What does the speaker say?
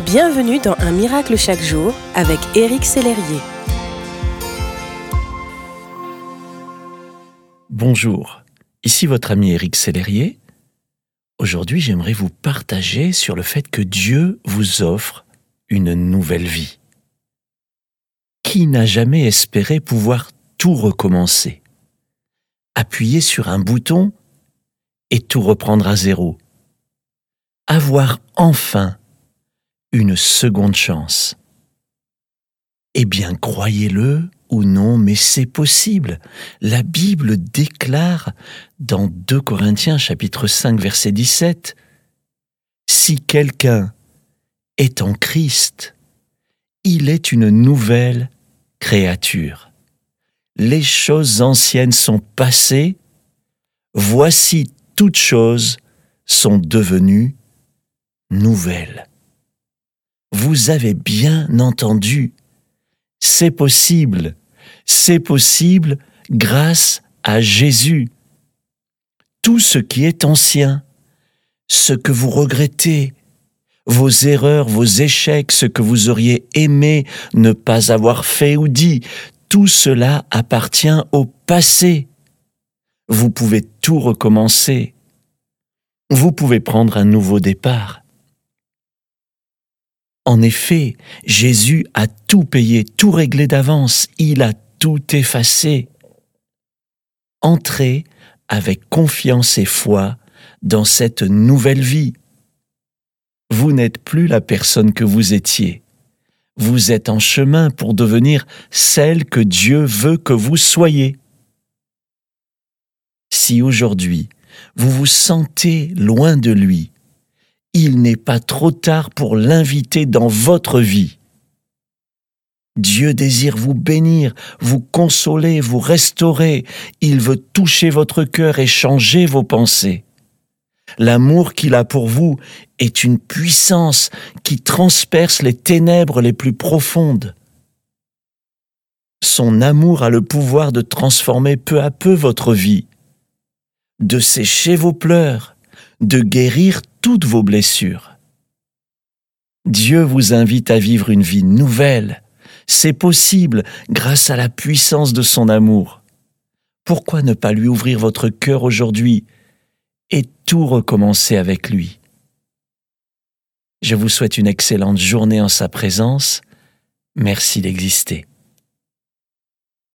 Bienvenue dans Un miracle chaque jour avec Éric Sellerier. Bonjour, ici votre ami Éric Sellerier. Aujourd'hui, j'aimerais vous partager sur le fait que Dieu vous offre une nouvelle vie. Qui n'a jamais espéré pouvoir tout recommencer? Appuyer sur un bouton et tout reprendre à zéro. Avoir enfin une seconde chance. Eh bien, croyez-le ou non, mais c'est possible. La Bible déclare dans 2 Corinthiens chapitre 5 verset 17 « Si quelqu'un est en Christ, il est une nouvelle créature. Les choses anciennes sont passées, voici toutes choses sont devenues nouvelles. » Vous avez bien entendu, c'est possible grâce à Jésus. Tout ce qui est ancien, ce que vous regrettez, vos erreurs, vos échecs, ce que vous auriez aimé ne pas avoir fait ou dit, tout cela appartient au passé. Vous pouvez tout recommencer. Vous pouvez prendre un nouveau départ. En effet, Jésus a tout payé, tout réglé d'avance, il a tout effacé. Entrez avec confiance et foi dans cette nouvelle vie. Vous n'êtes plus la personne que vous étiez. Vous êtes en chemin pour devenir celle que Dieu veut que vous soyez. Si aujourd'hui, vous vous sentez loin de lui, il n'est pas trop tard pour l'inviter dans votre vie. Dieu désire vous bénir, vous consoler, vous restaurer. Il veut toucher votre cœur et changer vos pensées. L'amour qu'il a pour vous est une puissance qui transperce les ténèbres les plus profondes. Son amour a le pouvoir de transformer peu à peu votre vie, de sécher vos pleurs, de guérir toutes vos blessures. Dieu vous invite à vivre une vie nouvelle. C'est possible grâce à la puissance de son amour. Pourquoi ne pas lui ouvrir votre cœur aujourd'hui et tout recommencer avec lui? Je vous souhaite une excellente journée en sa présence. Merci d'exister.